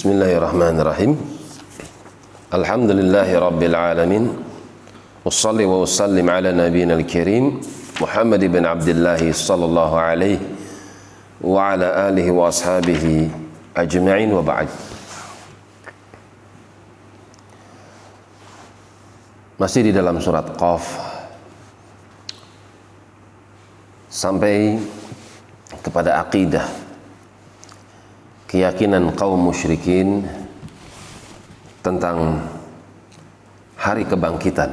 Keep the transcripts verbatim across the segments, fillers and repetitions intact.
Bismillahirrahmanirrahim. Alhamdulillahi rabbil alamin. Wassalli wa wassallim ala nabiyyina al-karim Muhammad ibn Abdullah sallallahu alaihi wa ala alihi wa ashabihi ajma'in wa ba'd. Masih di dalam surat Qaf sampai kepada akidah, keyakinan kaum musyrikin tentang hari kebangkitan,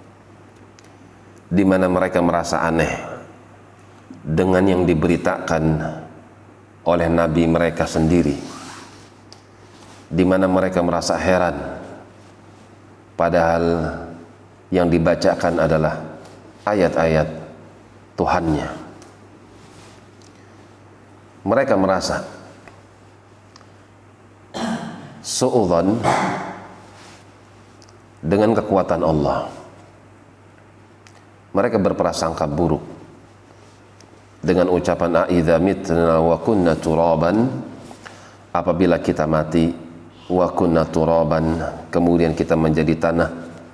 di mana mereka merasa aneh dengan yang diberitakan oleh nabi mereka sendiri, di mana mereka merasa heran padahal yang dibacakan adalah ayat-ayat Tuhannya. Mereka merasa su'udzon dengan kekuatan Allah. Mereka berprasangka buruk dengan ucapan a'idza mitna wa kunna turaban, apabila kita mati, wa kunna turaban, kemudian kita menjadi tanah,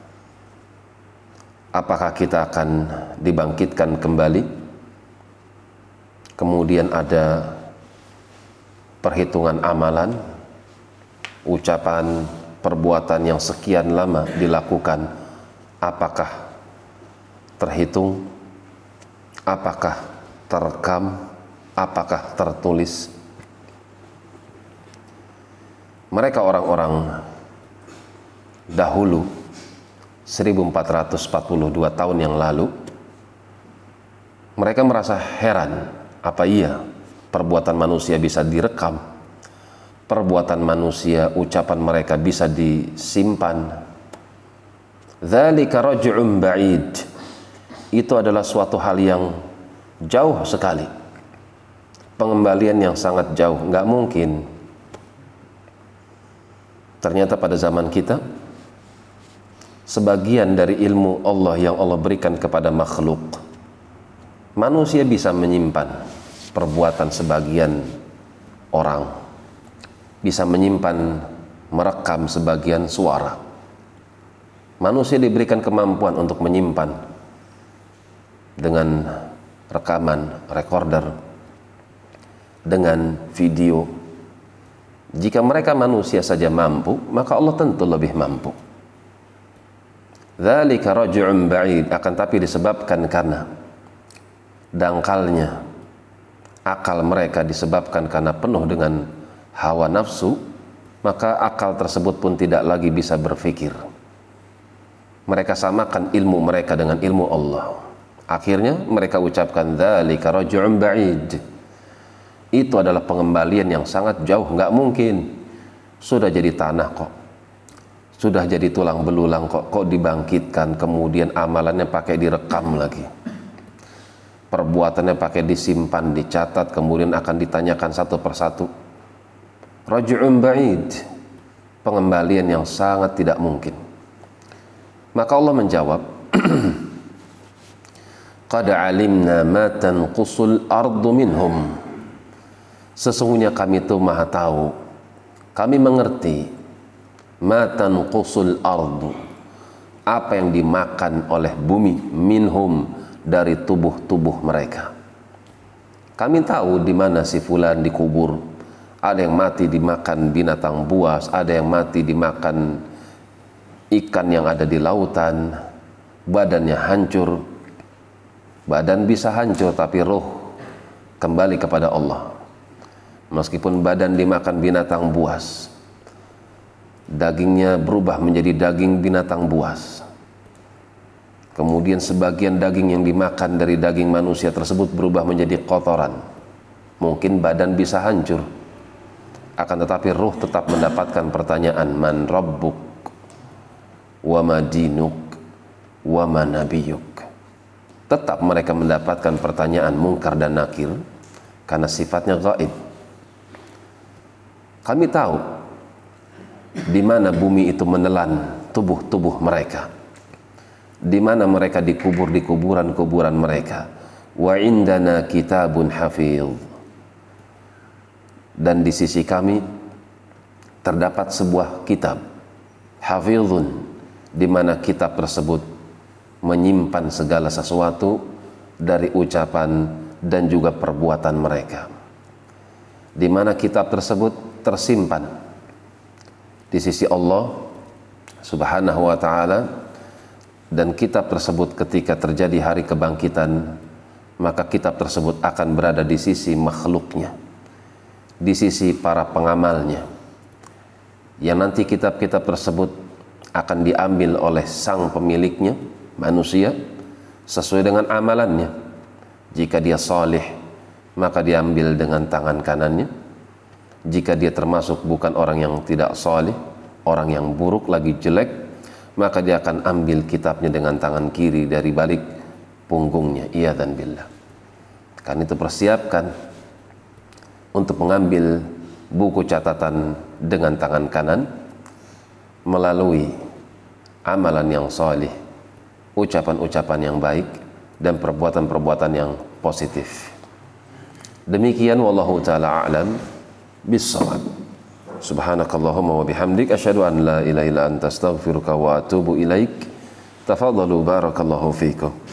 apakah kita akan dibangkitkan kembali? Kemudian ada perhitungan amalan, ucapan, perbuatan yang sekian lama dilakukan, apakah terhitung, apakah terekam, apakah tertulis? Mereka orang-orang dahulu seribu empat ratus empat puluh dua tahun yang lalu, mereka merasa heran, apa iya perbuatan manusia bisa direkam, perbuatan manusia, ucapan mereka bisa disimpan. Dzalika raj'un ba'id, itu adalah suatu hal yang jauh sekali, pengembalian yang sangat jauh, nggak mungkin. Ternyata pada zaman kita, sebagian dari ilmu Allah yang Allah berikan kepada makhluk, manusia bisa menyimpan perbuatan sebagian orang, bisa menyimpan, merekam sebagian suara. Manusia diberikan kemampuan untuk menyimpan dengan rekaman, recorder, dengan video. Jika mereka manusia saja mampu, maka Allah tentu lebih mampu. Dzalika raj'un ba'id, akan tapi disebabkan karena dangkalnya akal mereka, disebabkan karena penuh dengan hawa nafsu, maka akal tersebut pun tidak lagi bisa berpikir. Mereka samakan ilmu mereka dengan ilmu Allah. Akhirnya mereka ucapkan dzalika raj'un ba'id, itu adalah pengembalian yang sangat jauh, nggak mungkin. Sudah jadi tanah kok, sudah jadi tulang belulang kok, kok dibangkitkan, kemudian amalannya pakai direkam lagi, perbuatannya pakai disimpan, dicatat, kemudian akan ditanyakan satu persatu. Raj'un ba'id, pengembalian yang sangat tidak mungkin. Maka Allah menjawab, qad alimna ma tanqusul ardu minhum, sesungguhnya kami itu maha tahu, kami mengerti, ma tanqusul ardu, apa yang dimakan oleh bumi, minhum, dari tubuh-tubuh mereka. Kami tahu di mana si fulan dikubur. Ada yang mati dimakan binatang buas, ada yang mati dimakan ikan yang ada di lautan, badannya hancur. Badan bisa hancur tapi roh kembali kepada Allah. Meskipun badan dimakan binatang buas, dagingnya berubah menjadi daging binatang buas. Kemudian sebagian daging yang dimakan dari daging manusia tersebut berubah menjadi kotoran. Mungkin badan bisa hancur, akan tetapi ruh tetap mendapatkan pertanyaan, man rabbuk wa ma dinuk wa ma nabiyuk. Tetap mereka mendapatkan pertanyaan mungkar dan nakir karena sifatnya gaib. Kami tahu di mana bumi itu menelan tubuh-tubuh mereka, di mana mereka dikubur di kuburan-kuburan mereka. Wa indana kitabun hafidh, dan di sisi kami terdapat sebuah kitab hafizun, di mana kitab tersebut menyimpan segala sesuatu dari ucapan dan juga perbuatan mereka, di mana kitab tersebut tersimpan di sisi Allah Subhanahu wa ta'ala, dan kitab tersebut ketika terjadi hari kebangkitan, maka kitab tersebut akan berada di sisi makhluknya, di sisi para pengamalnya, yang nanti kitab-kitab tersebut akan diambil oleh sang pemiliknya, manusia, sesuai dengan amalannya. Jika dia salih, maka diambil dengan tangan kanannya. Jika dia termasuk bukan orang yang tidak salih, orang yang buruk lagi jelek, maka dia akan ambil kitabnya dengan tangan kiri dari balik punggungnya. Iyadzan billah. Kan itu persiapkan untuk mengambil buku catatan dengan tangan kanan melalui amalan yang salih, ucapan-ucapan yang baik, dan perbuatan-perbuatan yang positif. Demikian wallahu ta'ala a'lam bis-shawab. Subhanakallahumma wa bihamdik asyhadu an la ilaha illa anta astaghfiruka wa atubu ilaik. Tafadhalu barakallahu fikum.